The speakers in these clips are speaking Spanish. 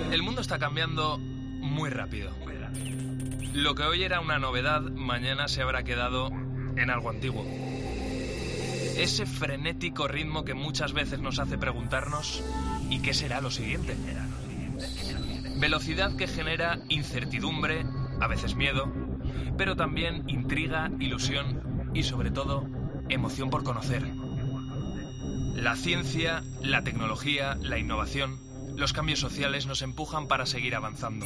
El mundo está cambiando muy rápido. Lo que hoy era una novedad, mañana se habrá quedado en algo antiguo. Ese frenético ritmo que muchas veces nos hace preguntarnos ¿y qué será lo siguiente? Velocidad que genera incertidumbre, a veces miedo, pero también intriga, ilusión y sobre todo emoción por conocer. La ciencia, la tecnología, la innovación, los cambios sociales nos empujan para seguir avanzando.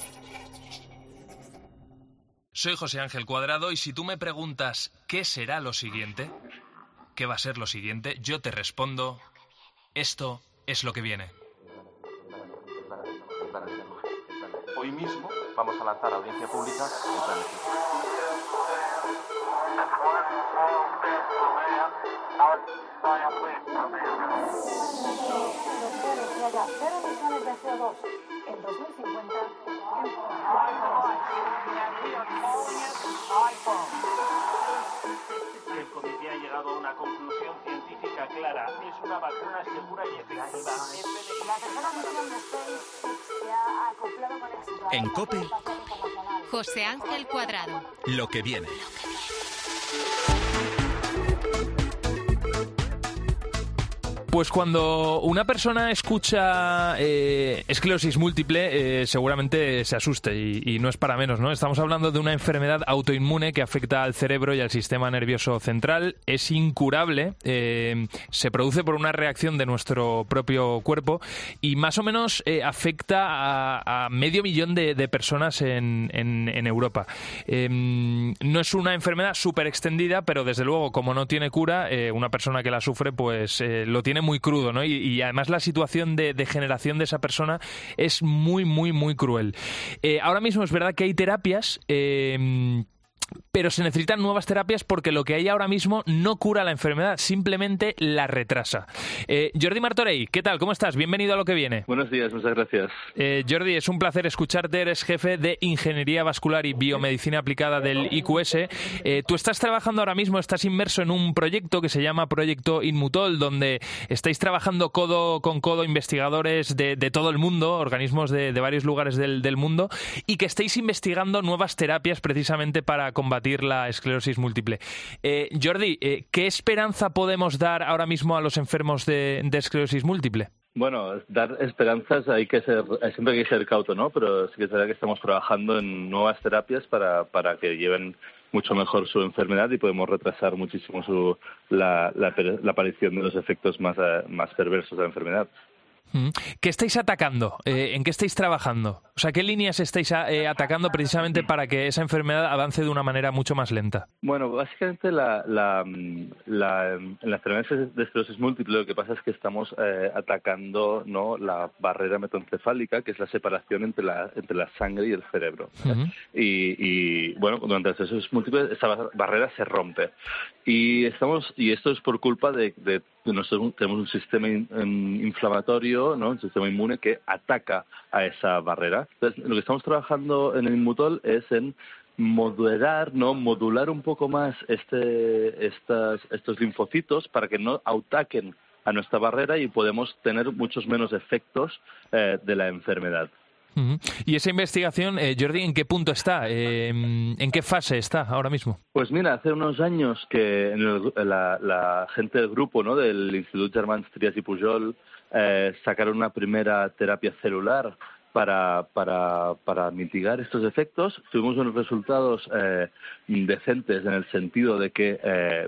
Soy José Ángel Cuadrado y si tú me preguntas ¿qué será lo siguiente? ¿Qué va a ser lo siguiente? Yo te respondo, esto es lo que viene. Hoy mismo vamos a lanzar a audiencia pública el plan de ciencia. En 2050, El comité ha llegado a una conclusión científica clara. Es una vacuna segura y efectiva. la tercera misión de SpaceX se ha acoplado con éxito. En COPE, José Ángel Cuadrado. lo que viene. Pues cuando una persona escucha esclerosis múltiple, seguramente se asuste y no es para menos, ¿no? Estamos hablando de una enfermedad autoinmune que afecta al cerebro y al sistema nervioso central. Es incurable, se produce por una reacción de nuestro propio cuerpo y más o menos afecta a 500.000 de personas en Europa. No es una enfermedad súper extendida, pero desde luego, como no tiene cura, una persona que la sufre, pues lo tiene muy crudo, ¿no? Y además la situación de degeneración de esa persona es muy, muy, muy cruel. Ahora mismo es verdad que hay terapias, pero se necesitan nuevas terapias porque lo que hay ahora mismo no cura la enfermedad, simplemente la retrasa. Jordi Martorell, ¿qué tal? ¿Cómo estás? Bienvenido a Lo que viene. Buenos días, muchas gracias. Jordi, es un placer escucharte. Eres jefe de Ingeniería Vascular y Biomedicina Aplicada del IQS. Tú estás trabajando ahora mismo, estás inmerso en un proyecto que se llama Proyecto Inmutol, donde estáis trabajando codo con codo investigadores de todo el mundo, organismos de varios lugares del mundo, y que estáis investigando nuevas terapias precisamente para combatir la esclerosis múltiple. Jordi, ¿qué esperanza podemos dar ahora mismo a los enfermos de esclerosis múltiple? Bueno, dar esperanzas siempre hay que ser cauto, ¿no? Pero sí que es verdad que estamos trabajando en nuevas terapias para que lleven mucho mejor su enfermedad y podemos retrasar muchísimo la aparición de los efectos más perversos de la enfermedad. ¿Qué estáis atacando? ¿En qué estáis trabajando? O sea, ¿qué líneas estáis atacando precisamente para que esa enfermedad avance de una manera mucho más lenta? Bueno, básicamente en la enfermedad de esclerosis múltiple lo que pasa es que estamos atacando, ¿no?, la barrera metoencefálica, que es la separación entre la sangre y el cerebro. Y bueno, durante la esclerosis múltiple esa barrera se rompe. Y esto es por culpa de nosotros tenemos un sistema inflamatorio, ¿no?, un sistema inmune que ataca a esa barrera. Entonces, lo que estamos trabajando en el Inmutol es en modular un poco más estos linfocitos para que no ataquen a nuestra barrera y podemos tener muchos menos efectos de la enfermedad. ¿Y esa investigación, Jordi, en qué punto está? ¿En qué fase está ahora mismo? Pues mira, hace unos años que la gente del grupo, ¿no?, del Institut Germans Trias y Pujol sacaron una primera terapia celular para mitigar estos efectos. Tuvimos unos resultados decentes en el sentido de que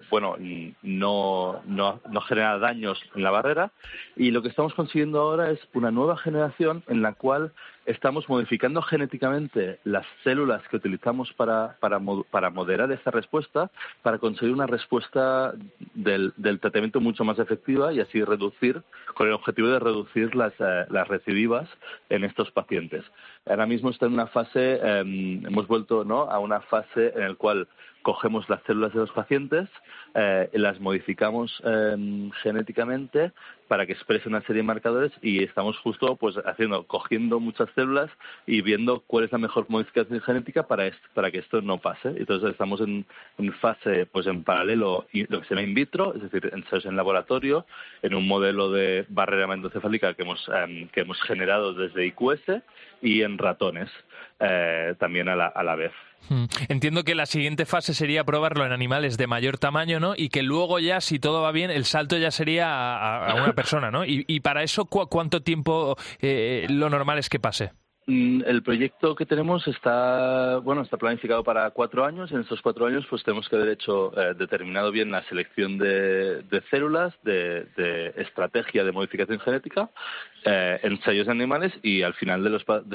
no genera daños en la barrera, y lo que estamos consiguiendo ahora es una nueva generación en la cual estamos modificando genéticamente las células que utilizamos para moderar esta respuesta, para conseguir una respuesta del tratamiento mucho más efectiva y así con el objetivo de reducir las recidivas en estos pacientes. Ahora mismo está en una fase, hemos vuelto, ¿no?, a una fase en la cual cogemos las células de los pacientes, las modificamos genéticamente para que exprese una serie de marcadores y estamos justo pues cogiendo muchas células y viendo cuál es la mejor modificación genética para que esto no pase. Entonces estamos en fase pues en paralelo lo que se llama in vitro, es decir, ensayos en laboratorio, en un modelo de barrera hematoencefálica que hemos generado desde IQS y en ratones también a la vez. Entiendo que la siguiente fase sería probarlo en animales de mayor tamaño, ¿no? Y que luego ya, si todo va bien, el salto ya sería a una persona, ¿no? Y para eso, ¿cuánto tiempo lo normal es que pase? El proyecto que tenemos está planificado para 4 años. En estos 4 años pues tenemos que haber hecho determinado bien la selección de células, de estrategia de modificación genética, ensayos en animales y al final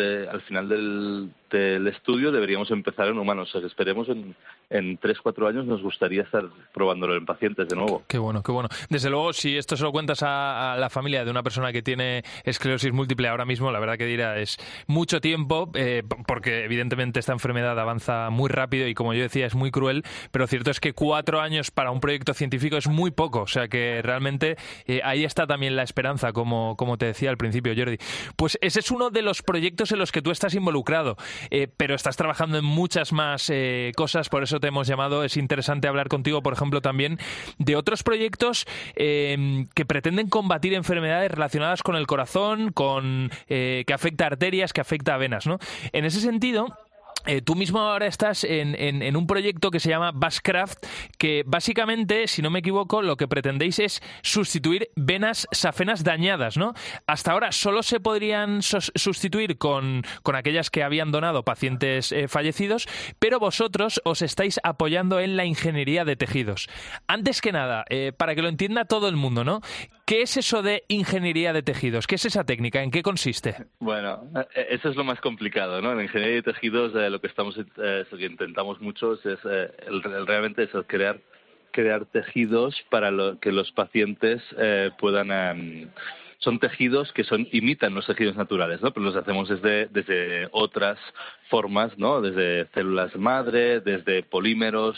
del estudio deberíamos empezar en humanos. O sea, que esperemos en 3-4 años nos gustaría estar probándolo en pacientes de nuevo. Qué bueno, qué bueno. Desde luego, si esto se lo cuentas a la familia de una persona que tiene esclerosis múltiple ahora mismo, la verdad que dirá es mucho tiempo, porque evidentemente esta enfermedad avanza muy rápido y, como yo decía, es muy cruel, pero cierto es que 4 años para un proyecto científico es muy poco, o sea que realmente ahí está también la esperanza, como te decía al principio, Jordi. Pues ese es uno de los proyectos en los que tú estás involucrado, pero estás trabajando en muchas más cosas, por eso te hemos llamado. Es interesante hablar contigo, por ejemplo, también de otros proyectos que pretenden combatir enfermedades relacionadas con el corazón, que afecta a arterias, que afecta a venas, ¿no? En ese sentido, tú mismo ahora estás en un proyecto que se llama Vascraft, que básicamente, si no me equivoco, lo que pretendéis es sustituir venas safenas dañadas, ¿no? Hasta ahora solo se podrían sustituir con aquellas que habían donado pacientes fallecidos, pero vosotros os estáis apoyando en la ingeniería de tejidos. Antes que nada, para que lo entienda todo el mundo, ¿no? ¿Qué es eso de ingeniería de tejidos? ¿Qué es esa técnica? ¿En qué consiste? Bueno, eso es lo más complicado, ¿no? En ingeniería de tejidos lo que intentamos muchos es realmente eso, crear tejidos para que los pacientes puedan son tejidos que imitan los tejidos naturales, ¿no? Pero los hacemos desde otras formas, ¿no? Desde células madre, desde polímeros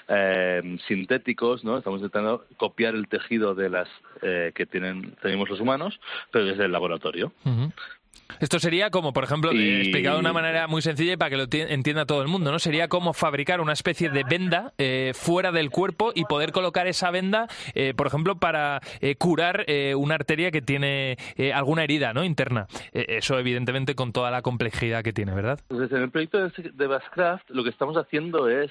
sintéticos, ¿no? Estamos intentando copiar el tejido de las que tenemos los humanos, pero desde el laboratorio. Uh-huh. Esto sería como, por ejemplo, explicado de una manera muy sencilla y para que lo entienda todo el mundo, ¿no? Sería como fabricar una especie de venda fuera del cuerpo y poder colocar esa venda, por ejemplo, para curar una arteria que tiene alguna herida, ¿no? Interna. Eso, evidentemente, con toda la complejidad que tiene, ¿verdad? Pues en el proyecto de Vascraft lo que estamos haciendo es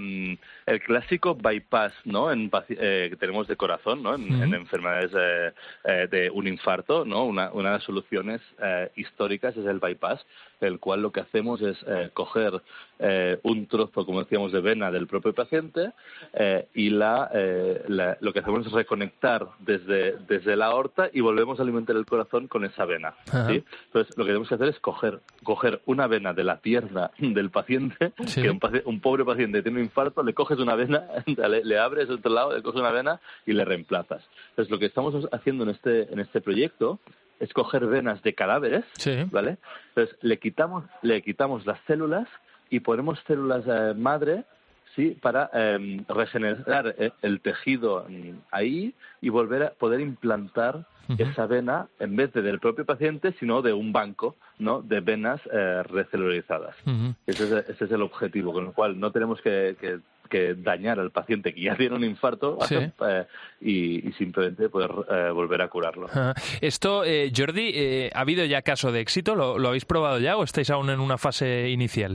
el clásico bypass, ¿no? Que tenemos de corazón, ¿no? En enfermedades de un infarto, ¿no? Una de las soluciones históricas es el bypass, el cual lo que hacemos es coger un trozo, como decíamos, de vena del propio paciente y lo que hacemos es reconectar desde la aorta y volvemos a alimentar el corazón con esa vena, ¿sí? Entonces, lo que tenemos que hacer es coger una vena de la pierna del paciente, sí. Que un pobre paciente tiene un infarto, le coges una vena, le abres de otro lado, le coges una vena y le reemplazas. Entonces, lo que estamos haciendo en este proyecto es coger venas de cadáveres, sí. ¿Vale? Entonces le quitamos las células y ponemos células madre, sí, para regenerar el tejido ahí y volver a poder implantar esa vena en vez del propio paciente, sino de un banco, ¿no? De venas recelularizadas. Ese es el objetivo, con lo cual no tenemos que dañar al paciente que ya tiene un infarto, sí. Y simplemente poder volver a curarlo. Esto, Jordi, ¿ha habido ya caso de éxito? ¿Lo habéis probado ya o estáis aún en una fase inicial?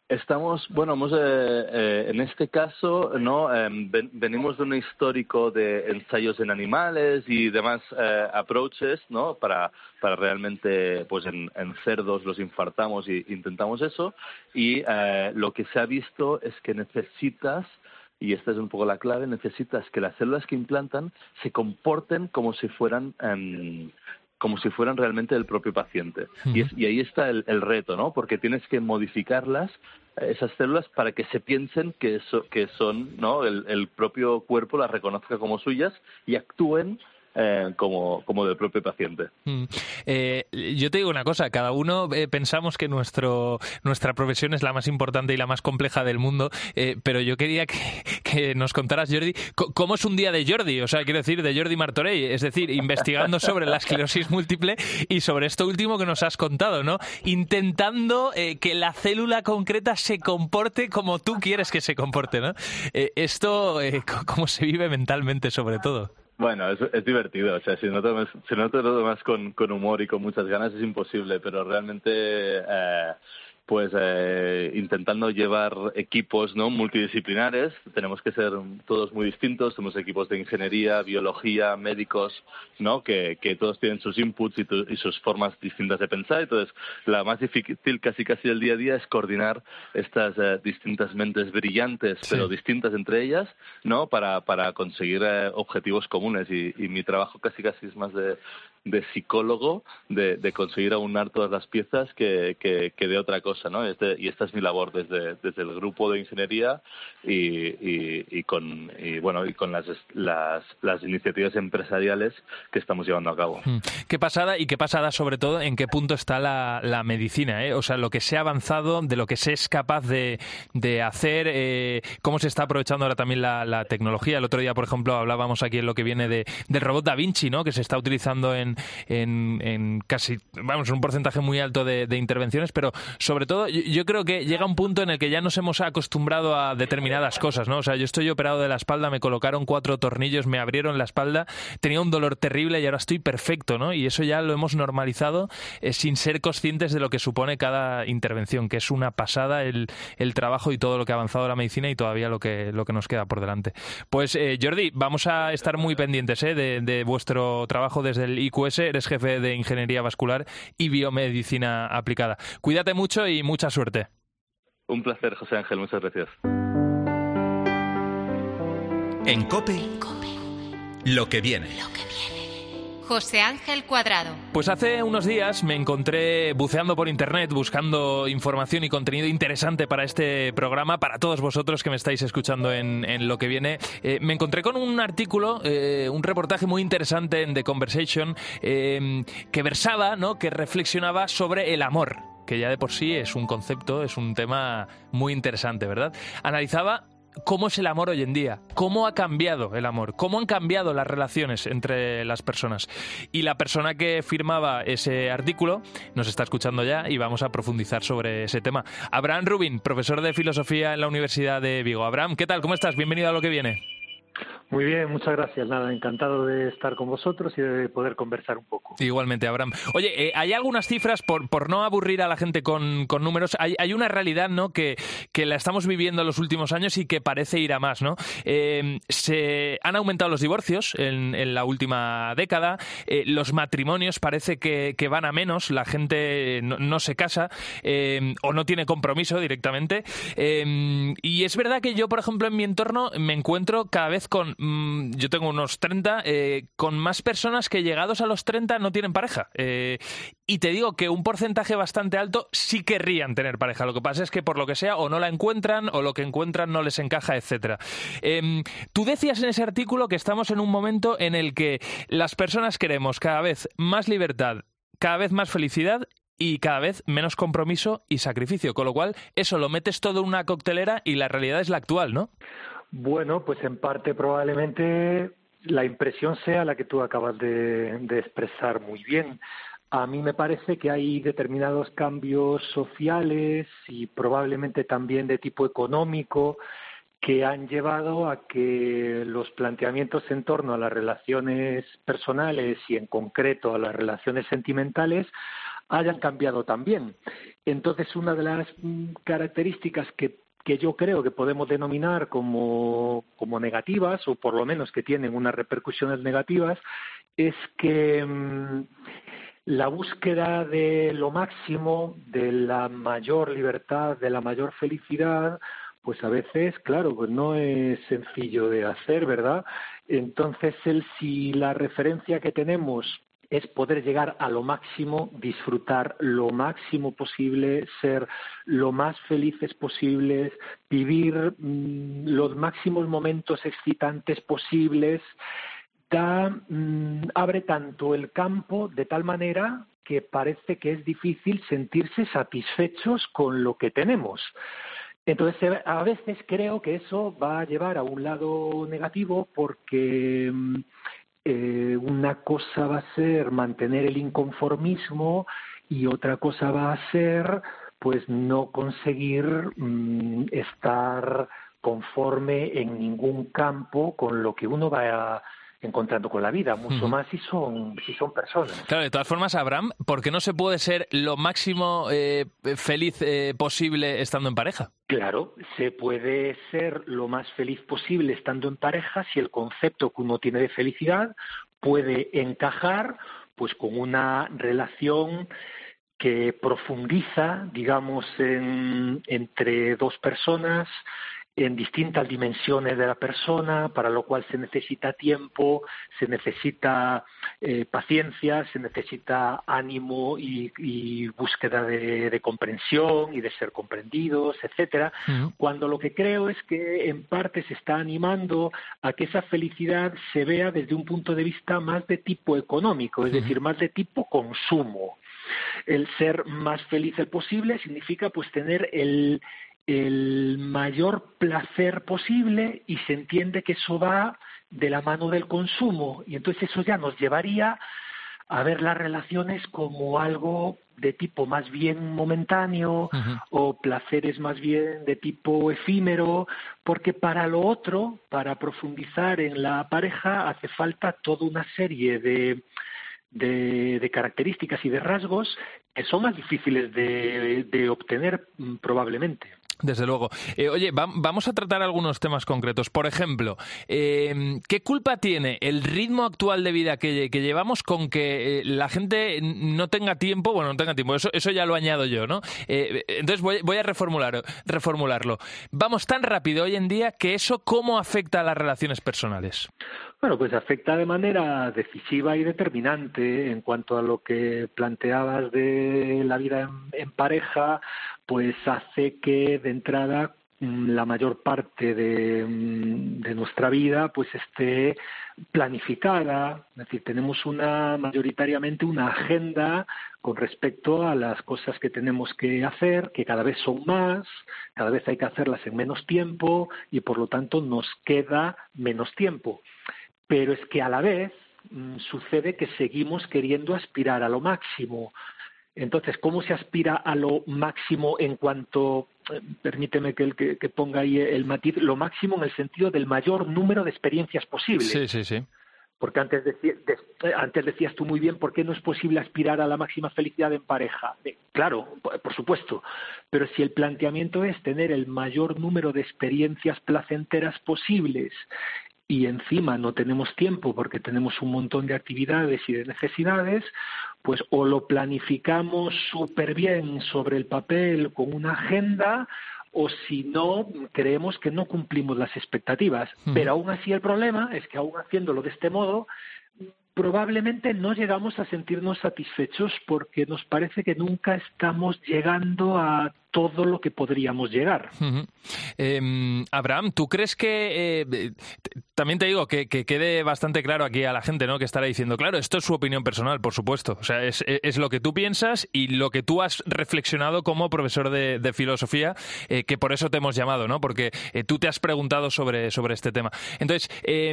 En este caso, ¿no? Venimos de un histórico de ensayos en animales y demás approaches, ¿no? Para realmente, pues en cerdos los infartamos y intentamos eso. Y lo que se ha visto es que necesitas, y esta es un poco la clave, necesitas que las células que implantan se comporten como si fueran realmente el propio paciente. Y ahí está el reto, ¿no? Porque tienes que modificarlas, esas células, para que se piensen que son, ¿no? El propio cuerpo las reconozca como suyas y actúen como del propio paciente. Yo te digo una cosa, cada uno pensamos que nuestra profesión es la más importante y la más compleja del mundo, pero yo quería que nos contaras, Jordi, cómo es un día de Jordi, o sea, quiero decir, de Jordi Martorell, es decir, investigando sobre la esclerosis múltiple y sobre esto último que nos has contado, ¿no? Intentando que la célula concreta se comporte como tú quieres que se comporte, ¿no? Esto, ¿cómo se vive mentalmente, sobre todo? Bueno, es divertido, o sea, si no te lo tomas con humor y con muchas ganas es imposible, pero realmente intentando llevar equipos, ¿no?, multidisciplinares. Tenemos que ser todos muy distintos, somos equipos de ingeniería, biología, médicos, ¿no?, que todos tienen sus inputs y sus formas distintas de pensar. Entonces, la más difícil casi del día a día es coordinar estas distintas mentes brillantes, sí, pero distintas entre ellas, ¿no?, para conseguir objetivos comunes. Y mi trabajo casi es más de psicólogo, de conseguir aunar todas las piezas que de otra cosa, ¿no? Y esta es mi labor desde el grupo de ingeniería y con las iniciativas empresariales que estamos llevando a cabo. Qué pasada sobre todo en qué punto está la medicina, ¿eh? O sea, lo que se ha avanzado, de lo que se es capaz de hacer, cómo se está aprovechando ahora también la tecnología. El otro día, por ejemplo, hablábamos aquí en lo que viene del robot Da Vinci, ¿no?, que se está utilizando en casi, un porcentaje muy alto de intervenciones, pero sobre todo yo creo que llega un punto en el que ya nos hemos acostumbrado a determinadas cosas, ¿no? O sea, yo estoy operado de la espalda, me colocaron 4 tornillos, me abrieron la espalda, tenía un dolor terrible y ahora estoy perfecto, ¿no? Y eso ya lo hemos normalizado sin ser conscientes de lo que supone cada intervención, que es una pasada el trabajo y todo lo que ha avanzado la medicina y todavía lo que nos queda por delante. Pues Jordi, vamos a estar muy pendientes de vuestro trabajo desde el IQS. Eres jefe de Ingeniería Vascular y Biomedicina Aplicada. Cuídate mucho y mucha suerte. Un placer, José Ángel, muchas gracias. En COPE, lo que viene. José Ángel Cuadrado. Pues hace unos días me encontré buceando por internet, buscando información y contenido interesante para este programa, para todos vosotros que me estáis escuchando en lo que viene. Me encontré con un artículo, un reportaje muy interesante en The Conversation, que versaba, ¿no?, que reflexionaba sobre el amor, que ya de por sí es un concepto, es un tema muy interesante, ¿verdad? Analizaba cómo es el amor hoy en día, cómo ha cambiado el amor, cómo han cambiado las relaciones entre las personas. Y la persona que firmaba ese artículo nos está escuchando ya y vamos a profundizar sobre ese tema. Abraham Rubin, profesor de filosofía en la Universidad de Vigo. Abraham, ¿qué tal? ¿Cómo estás? Bienvenido a Lo que viene. Muy bien, muchas gracias. Nada, encantado de estar con vosotros y de poder conversar un poco. Igualmente, Abraham. Oye, hay algunas cifras, por no aburrir a la gente con números, hay una realidad, ¿no?, que la estamos viviendo en los últimos años y que parece ir a más, ¿no? Se han aumentado los divorcios en la última década, los matrimonios parece que van a menos, la gente no se casa o no tiene compromiso directamente. Y es verdad que yo, por ejemplo, en mi entorno me encuentro cada vez yo tengo unos 30, con más personas que llegados a los 30 no tienen pareja. Y te digo que un porcentaje bastante alto sí querrían tener pareja. Lo que pasa es que por lo que sea o no la encuentran o lo que encuentran no les encaja, etcétera. Tú decías en ese artículo que estamos en un momento en el que las personas queremos cada vez más libertad, cada vez más felicidad y cada vez menos compromiso y sacrificio. Con lo cual, eso lo metes todo en una coctelera y la realidad es la actual, ¿no? Bueno, pues en parte probablemente la impresión sea la que tú acabas de expresar muy bien. A mí me parece que hay determinados cambios sociales y probablemente también de tipo económico que han llevado a que los planteamientos en torno a las relaciones personales y en concreto a las relaciones sentimentales hayan cambiado también. Entonces, una de las características que yo creo que podemos denominar como negativas, o por lo menos que tienen unas repercusiones negativas, es que la búsqueda de lo máximo, de la mayor libertad, de la mayor felicidad, pues a veces, claro, pues no es sencillo de hacer, ¿verdad? Entonces, si la referencia que tenemos es poder llegar a lo máximo, disfrutar lo máximo posible, ser lo más felices posibles, vivir los máximos momentos excitantes posibles, abre tanto el campo de tal manera que parece que es difícil sentirse satisfechos con lo que tenemos. Entonces, a veces creo que eso va a llevar a un lado negativo porque una cosa va a ser mantener el inconformismo y otra cosa va a ser pues no conseguir estar conforme en ningún campo con lo que uno va encontrando con la vida, mucho más si son personas. Claro, de todas formas, Abraham, ¿por qué no se puede ser lo máximo feliz posible estando en pareja? Claro, se puede ser lo más feliz posible estando en pareja si el concepto que uno tiene de felicidad puede encajar pues con una relación que profundiza, digamos, entre dos personas en distintas dimensiones de la persona, para lo cual se necesita tiempo, se necesita paciencia, se necesita ánimo y búsqueda de comprensión y de ser comprendidos, etcétera. Cuando lo que creo es que en parte se está animando a que esa felicidad se vea desde un punto de vista más de tipo económico, es decir, más de tipo consumo. El ser más feliz el posible significa pues tener el mayor placer posible y se entiende que eso va de la mano del consumo y entonces eso ya nos llevaría a ver las relaciones como algo de tipo más bien momentáneo o placeres más bien de tipo efímero, porque para lo otro, para profundizar en la pareja, hace falta toda una serie de características y de rasgos que son más difíciles de obtener probablemente. Desde luego. Oye, vamos a tratar algunos temas concretos. Por ejemplo, ¿qué culpa tiene el ritmo actual de vida que llevamos con que la gente no tenga tiempo? Bueno, no tenga tiempo, eso ya lo añado yo, ¿no? Entonces voy a reformularlo. Vamos tan rápido hoy en día que eso ¿cómo afecta a las relaciones personales? Bueno, pues afecta de manera decisiva y determinante en cuanto a lo que planteabas de la vida en pareja, pues hace que de entrada la mayor parte de nuestra vida pues esté planificada, es decir, tenemos mayoritariamente una agenda con respecto a las cosas que tenemos que hacer, que cada vez son más, cada vez hay que hacerlas en menos tiempo y por lo tanto nos queda menos tiempo. Pero es que a la vez sucede que seguimos queriendo aspirar a lo máximo. Entonces, ¿cómo se aspira a lo máximo en cuanto, permíteme que ponga ahí el matiz, lo máximo en el sentido del mayor número de experiencias posibles? Sí. Porque antes decías tú muy bien, ¿por qué no es posible aspirar a la máxima felicidad en pareja? Claro, por supuesto, pero si el planteamiento es tener el mayor número de experiencias placenteras posibles y encima no tenemos tiempo porque tenemos un montón de actividades y de necesidades, pues o lo planificamos súper bien sobre el papel con una agenda o si no, creemos que no cumplimos las expectativas. Pero aún así el problema es que aún haciéndolo de este modo, probablemente no llegamos a sentirnos satisfechos porque nos parece que nunca estamos llegando a todo lo que podríamos llegar. Abraham, ¿tú crees que también te digo que quede bastante claro aquí a la gente, ¿no? Que estará diciendo, claro, esto es su opinión personal, por supuesto. O sea, es lo que tú piensas y lo que tú has reflexionado como profesor de filosofía, que por eso te hemos llamado, ¿no? Porque tú te has preguntado sobre este tema. Entonces,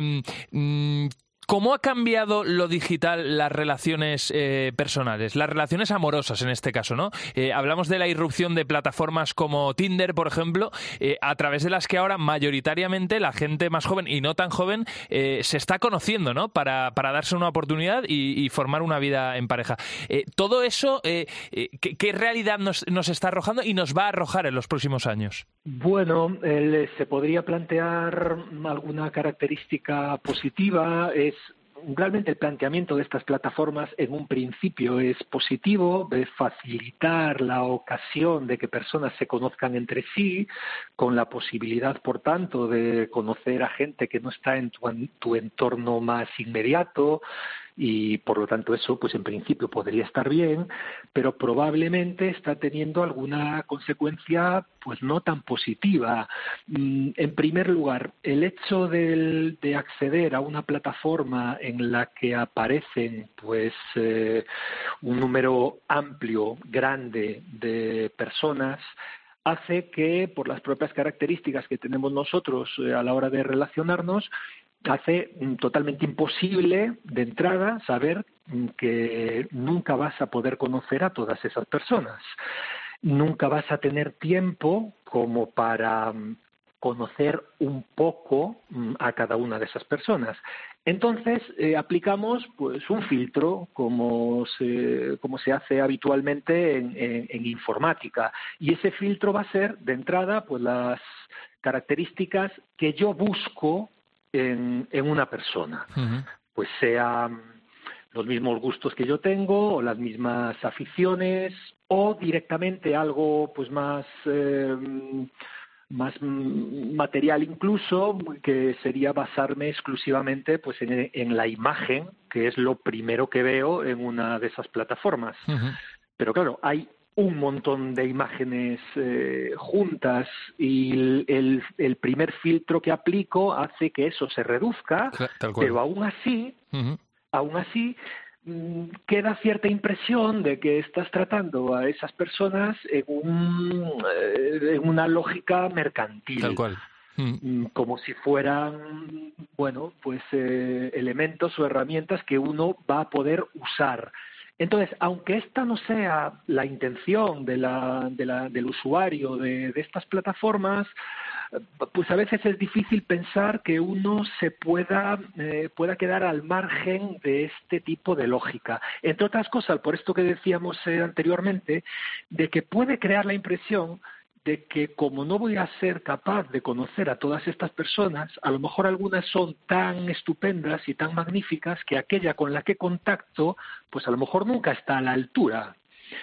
¿cómo ha cambiado lo digital las relaciones personales, las relaciones amorosas en este caso, ¿no? Hablamos de la irrupción de plataformas como Tinder, por ejemplo, a través de las que ahora mayoritariamente la gente más joven y no tan joven se está conociendo, ¿no? Para darse una oportunidad y formar una vida en pareja. Todo eso, ¿qué realidad nos está arrojando y nos va a arrojar en los próximos años? Bueno, se podría plantear alguna característica positiva. Realmente el planteamiento de estas plataformas en un principio es positivo, de facilitar la ocasión de que personas se conozcan entre sí, con la posibilidad, por tanto, de conocer a gente que no está en tu entorno más inmediato y por lo tanto eso pues en principio podría estar bien, pero probablemente está teniendo alguna consecuencia pues no tan positiva. En primer lugar, el hecho de acceder a una plataforma en la que aparecen pues un número amplio, grande de personas, hace que, por las propias características que tenemos nosotros a la hora de relacionarnos, hace totalmente imposible de entrada saber que nunca vas a poder conocer a todas esas personas. Nunca vas a tener tiempo como para conocer un poco a cada una de esas personas. Entonces aplicamos pues un filtro como se hace habitualmente en informática, y ese filtro va a ser de entrada pues las características que yo busco en una persona, pues sean los mismos gustos que yo tengo o las mismas aficiones o directamente algo pues más material incluso, que sería basarme exclusivamente pues en la imagen, que es lo primero que veo en una de esas plataformas. Pero claro, hay un montón de imágenes juntas y el primer filtro que aplico hace que eso se reduzca, pero aún así queda cierta impresión de que estás tratando a esas personas en una lógica mercantil. Tal cual. Como si fueran, bueno, pues elementos o herramientas que uno va a poder usar. Entonces, aunque esta no sea la intención del usuario de estas plataformas, pues a veces es difícil pensar que uno se pueda quedar al margen de este tipo de lógica. Entre otras cosas, por esto que decíamos anteriormente, de que puede crear la impresión de que como no voy a ser capaz de conocer a todas estas personas, a lo mejor algunas son tan estupendas y tan magníficas que aquella con la que contacto, pues a lo mejor nunca está a la altura,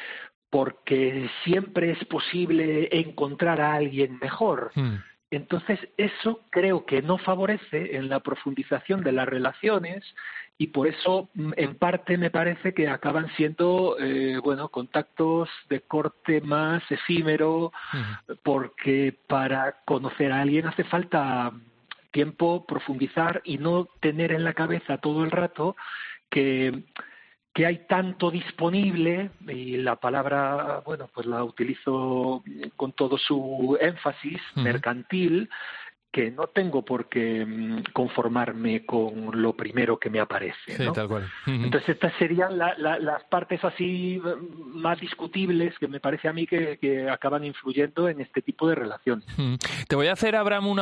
porque siempre es posible encontrar a alguien mejor. Entonces, eso creo que no favorece en la profundización de las relaciones y por eso, en parte, me parece que acaban siendo, contactos de corte más efímero, porque para conocer a alguien hace falta tiempo, profundizar y no tener en la cabeza todo el rato que hay tanto disponible, y la palabra, bueno, pues la utilizo con todo su énfasis, mercantil, que no tengo por qué conformarme con lo primero que me aparece, ¿no? Sí, tal cual. Entonces estas serían las partes así más discutibles que me parece a mí que acaban influyendo en este tipo de relaciones. Te voy a hacer, Abraham, una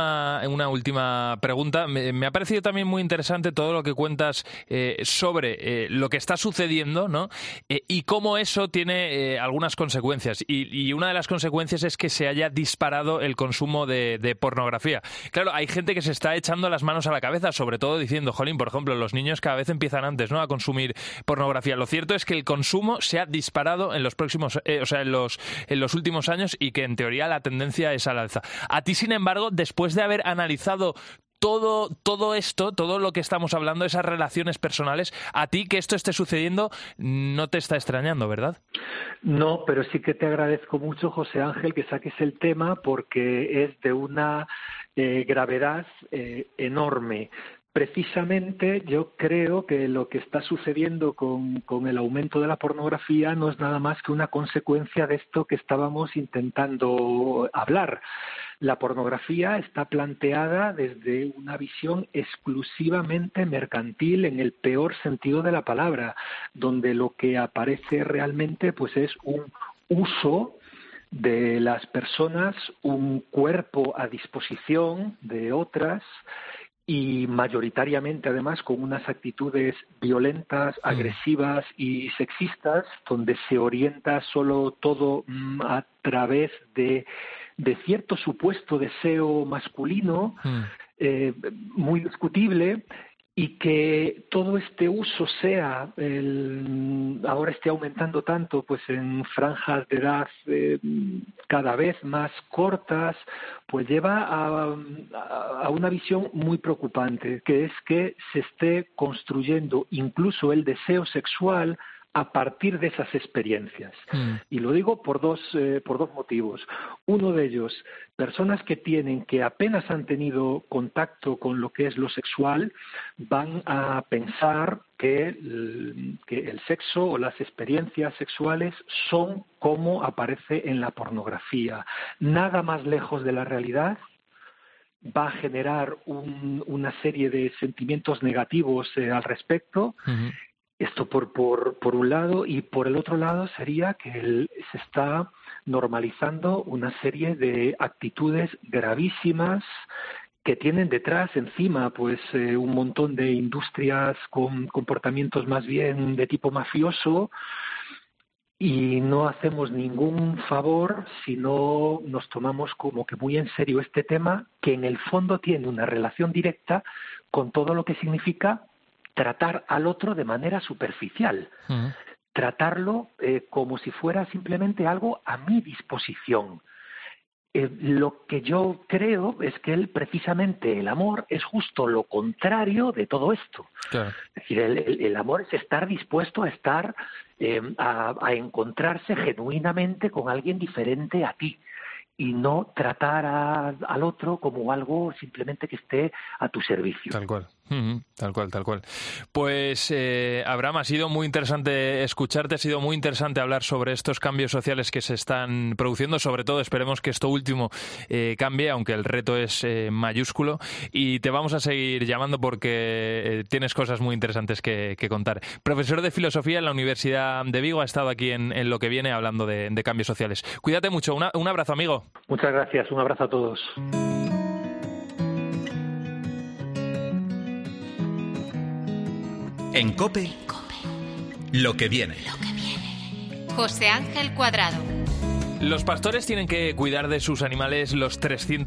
última pregunta. Me ha parecido también muy interesante todo lo que cuentas sobre lo que está sucediendo, ¿no? Y cómo eso tiene algunas consecuencias. Y una de las consecuencias es que se haya disparado el consumo de pornografía. Claro, hay gente que se está echando las manos a la cabeza, sobre todo diciendo, jolín, por ejemplo, los niños cada vez empiezan antes, ¿no?, a consumir pornografía. Lo cierto es que el consumo se ha disparado en los últimos años y que en teoría la tendencia es al alza. A ti, sin embargo, después de haber analizado todo esto, todo lo que estamos hablando, esas relaciones personales, a ti que esto esté sucediendo no te está extrañando, ¿verdad? No, pero sí que te agradezco mucho, José Ángel, que saques el tema porque es de una gravedad enorme. Precisamente yo creo que lo que está sucediendo con el aumento de la pornografía no es nada más que una consecuencia de esto que estábamos intentando hablar. La pornografía está planteada desde una visión exclusivamente mercantil en el peor sentido de la palabra, donde lo que aparece realmente pues es un uso de las personas, un cuerpo a disposición de otras, y mayoritariamente además con unas actitudes violentas, agresivas y sexistas, donde se orienta solo todo a través de cierto supuesto deseo masculino, muy discutible, y que todo este uso sea ahora esté aumentando tanto pues en franjas de edad cada vez más cortas, pues lleva a una visión muy preocupante, que es que se esté construyendo incluso el deseo sexual a partir de esas experiencias. Y lo digo por dos motivos. Uno de ellos, personas que apenas han tenido contacto con lo que es lo sexual, van a pensar que el sexo o las experiencias sexuales son como aparece en la pornografía. Nada más lejos de la realidad. Va a generar una serie de sentimientos negativos al respecto. Esto por un lado, y por el otro lado sería que se está normalizando una serie de actitudes gravísimas que tienen detrás, encima, pues un montón de industrias con comportamientos más bien de tipo mafioso, y no hacemos ningún favor si no nos tomamos como que muy en serio este tema, que en el fondo tiene una relación directa con todo lo que significa tratar al otro de manera superficial, tratarlo como si fuera simplemente algo a mi disposición. Lo que yo creo es que precisamente el amor es justo lo contrario de todo esto. Claro. Es decir, el amor es estar dispuesto a estar, a encontrarse genuinamente con alguien diferente a ti, y no tratar al otro como algo simplemente que esté a tu servicio. Tal cual. Tal cual. Pues Abraham, ha sido muy interesante escucharte, ha sido muy interesante hablar sobre estos cambios sociales que se están produciendo, sobre todo esperemos que esto último cambie, aunque el reto es mayúsculo, y te vamos a seguir llamando porque tienes cosas muy interesantes que contar. Profesor de Filosofía en la Universidad de Vigo, ha estado aquí en Lo que viene hablando de cambios sociales. Cuídate mucho, un abrazo, amigo. Muchas gracias, un abrazo a todos. En COPE, lo que viene. José Ángel Cuadrado. Los pastores tienen que cuidar de sus animales los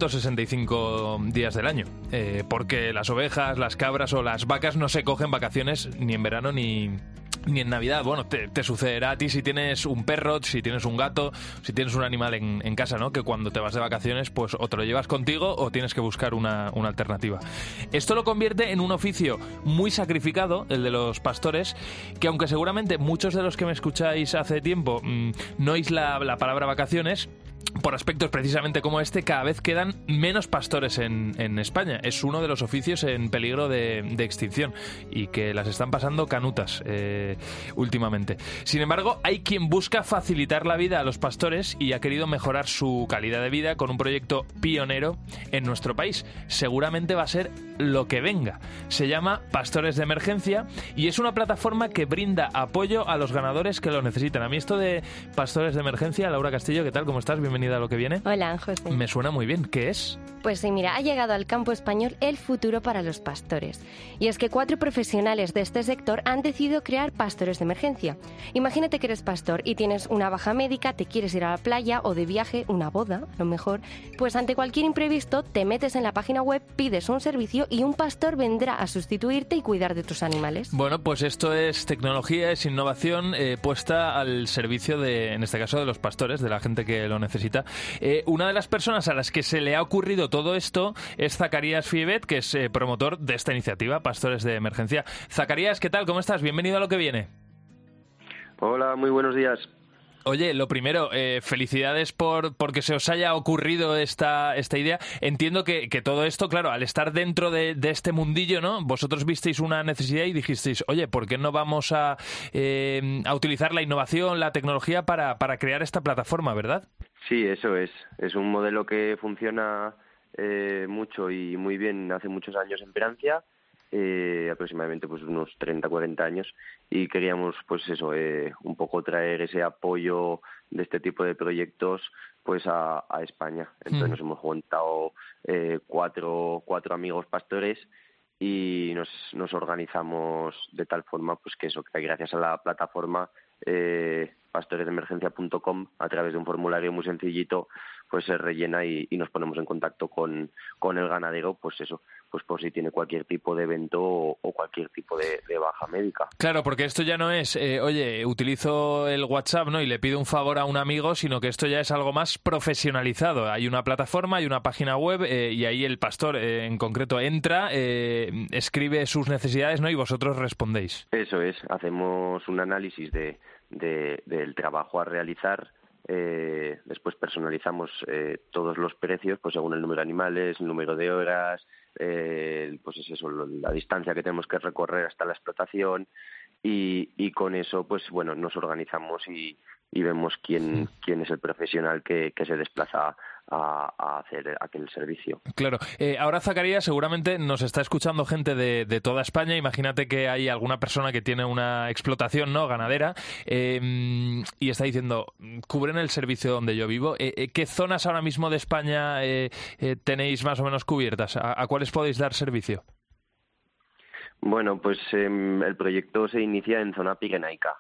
365 días del año, porque las ovejas, las cabras o las vacas no se cogen vacaciones ni en verano ni en Navidad. Bueno, te sucederá a ti si tienes un perro, si tienes un gato, si tienes un animal en casa, ¿no? Que cuando te vas de vacaciones, pues o te lo llevas contigo o tienes que buscar una alternativa. Esto lo convierte en un oficio muy sacrificado, el de los pastores, que aunque seguramente muchos de los que me escucháis hace tiempo no oís la palabra vacaciones, por aspectos precisamente como este, cada vez quedan menos pastores en España. Es uno de los oficios en peligro de extinción y que las están pasando canutas últimamente. Sin embargo, hay quien busca facilitar la vida a los pastores y ha querido mejorar su calidad de vida con un proyecto pionero en nuestro país. Seguramente va a ser lo que venga. Se llama Pastores de Emergencia y es una plataforma que brinda apoyo a los ganadores que lo necesitan. A mí esto de Pastores de Emergencia, Laura Castillo, ¿qué tal? ¿Cómo estás? Bienvenida a Lo que viene. Hola, José. Me suena muy bien. ¿Qué es? Pues sí, mira, ha llegado al campo español el futuro para los pastores. Y es que 4 profesionales de este sector han decidido crear Pastores de Emergencia. Imagínate que eres pastor y tienes una baja médica, te quieres ir a la playa o de viaje, una boda, lo mejor. Pues ante cualquier imprevisto te metes en la página web, pides un servicio y un pastor vendrá a sustituirte y cuidar de tus animales. Bueno, pues esto es tecnología, es innovación puesta al servicio de, en este caso, de los pastores, de la gente que lo necesita. Una de las personas a las que se le ha ocurrido todo esto es Zacarías Fiebet, que es promotor de esta iniciativa, Pastores de Emergencia. Zacarías, ¿qué tal? ¿Cómo estás? Bienvenido a Lo que viene. Hola, muy buenos días. Oye, lo primero, felicidades porque se os haya ocurrido esta idea. Entiendo que todo esto, claro, al estar dentro de este mundillo, ¿no? Vosotros visteis una necesidad y dijisteis, oye, ¿por qué no vamos a utilizar la innovación, la tecnología para crear esta plataforma, verdad? Sí, eso es. Es un modelo que funciona mucho y muy bien hace muchos años en Francia, aproximadamente pues unos 30, 40 años, y queríamos pues eso, un poco traer ese apoyo de este tipo de proyectos pues a España. Entonces nos hemos juntado 4 amigos pastores y nos organizamos de tal forma pues que eso, que gracias a la plataforma pastoresdeemergencia.com, a través de un formulario muy sencillito, pues se rellena y nos ponemos en contacto con el ganadero, pues eso, pues por si tiene cualquier tipo de evento o cualquier tipo de baja médica. Claro, porque esto ya no es, oye, utilizo el WhatsApp, ¿no?, y le pido un favor a un amigo, sino que esto ya es algo más profesionalizado. Hay una plataforma, hay una página web y ahí el pastor en concreto entra, escribe sus necesidades, ¿no?, y vosotros respondéis. Eso es, hacemos un análisis del trabajo a realizar. Después personalizamos todos los precios, pues según el número de animales, el número de horas, pues es eso, la distancia que tenemos que recorrer hasta la explotación, y con eso, pues bueno, nos organizamos y vemos quién es el profesional que se desplaza a hacer aquel servicio. Claro. Ahora, Zacarías, seguramente nos está escuchando gente de toda España. Imagínate que hay alguna persona que tiene una explotación, ¿no?, ganadera, y está diciendo, ¿cubren el servicio donde yo vivo? ¿Qué zonas ahora mismo de España tenéis más o menos cubiertas? ¿A cuáles podéis dar servicio? Bueno, pues el proyecto se inicia en zona pirenaica,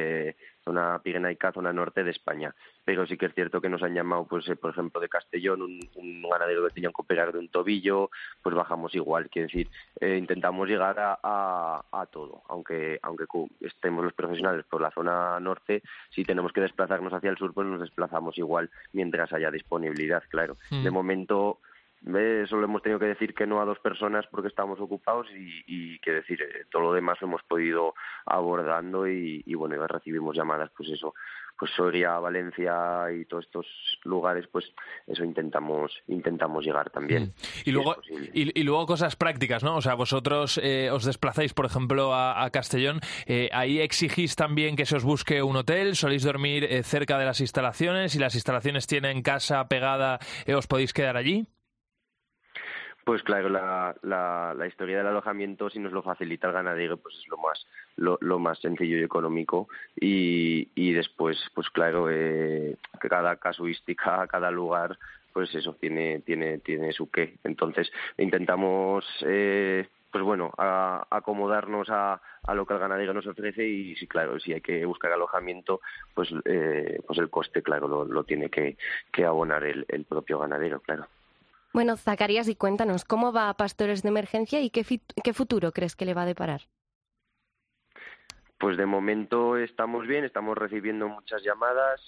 zona norte de España. Pero sí que es cierto que nos han llamado, pues por ejemplo, de Castellón, un ganadero que tenían que operar de un tobillo, pues bajamos igual. Quiero decir, intentamos llegar a todo, aunque estemos los profesionales por la zona norte, si tenemos que desplazarnos hacia el sur, pues nos desplazamos igual mientras haya disponibilidad, claro. De momento, solo hemos tenido que decir que no a 2 personas porque estábamos ocupados y que decir, todo lo demás lo hemos podido abordando y bueno, ya recibimos llamadas, pues eso, pues Soria, Valencia y todos estos lugares, pues eso intentamos llegar también. Y luego cosas prácticas, ¿no? O sea, vosotros os desplazáis, por ejemplo, a Castellón, ahí exigís también que se os busque un hotel, soléis dormir cerca de las instalaciones, si las instalaciones tienen casa pegada, ¿os podéis quedar allí? Pues claro, la historia del alojamiento, si nos lo facilita el ganadero, pues es lo más sencillo y económico, y después, pues claro, cada casuística, cada lugar, pues eso tiene su qué. Entonces intentamos pues bueno, acomodarnos a lo que el ganadero nos ofrece, y sí, claro, si hay que buscar alojamiento, pues el coste, claro, lo tiene que abonar el propio ganadero, claro. Bueno, Zacarías, y cuéntanos, ¿cómo va a Pastores de Emergencia y qué futuro crees que le va a deparar? Pues de momento estamos bien, estamos recibiendo muchas llamadas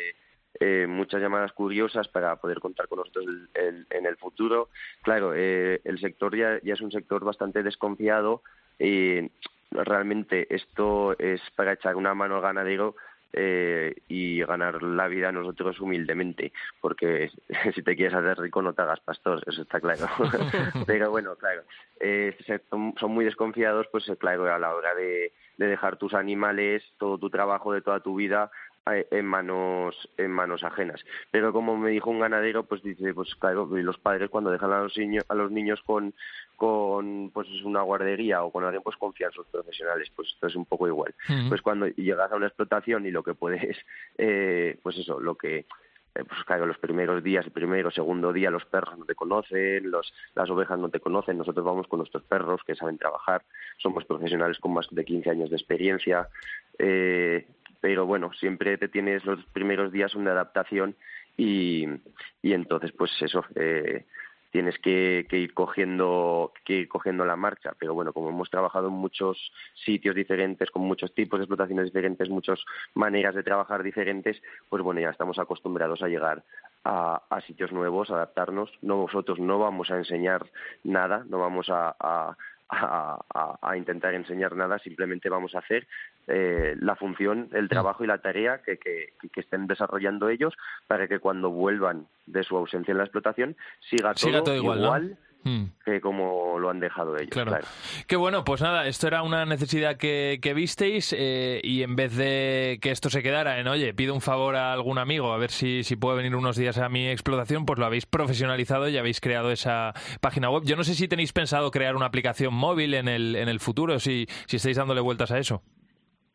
curiosas para poder contar con nosotros en el futuro. Claro, el sector ya es un sector bastante desconfiado, y realmente esto es para echar una mano al ganadero y ganar la vida nosotros humildemente, porque si te quieres hacer rico no te hagas pastor, eso está claro. Pero bueno, claro, son muy desconfiados, pues claro, a la hora de dejar tus animales, todo tu trabajo de toda tu vida en manos ajenas. Pero como me dijo un ganadero, pues dice, pues claro, los padres cuando dejan a los niños con pues una guardería o con alguien, pues confían en sus profesionales, pues esto es un poco igual. Pues cuando llegas a una explotación y lo que puedes, pues eso, lo que pues claro, los primeros días, el primero, segundo día, los perros no te conocen, las ovejas no te conocen, nosotros vamos con nuestros perros que saben trabajar, somos profesionales con más de 15 años de experiencia, pero bueno, siempre te tienes los primeros días una adaptación y entonces pues eso, tienes que ir cogiendo la marcha. Pero bueno, como hemos trabajado en muchos sitios diferentes, con muchos tipos de explotaciones diferentes, muchas maneras de trabajar diferentes, pues bueno, ya estamos acostumbrados a llegar a sitios nuevos, a adaptarnos. Nosotros no vamos a enseñar nada, no vamos a intentar enseñar nada, simplemente vamos a hacer la función, el trabajo y la tarea que estén desarrollando ellos, para que cuando vuelvan de su ausencia en la explotación siga todo igual, ¿no? Que como lo han dejado ellos. Claro. Qué bueno, pues nada, esto era una necesidad que visteis, y en vez de que esto se quedara en, oye, pido un favor a algún amigo a ver si puede venir unos días a mi explotación, pues lo habéis profesionalizado y habéis creado esa página web. Yo no sé si tenéis pensado crear una aplicación móvil en el futuro, si estáis dándole vueltas a eso.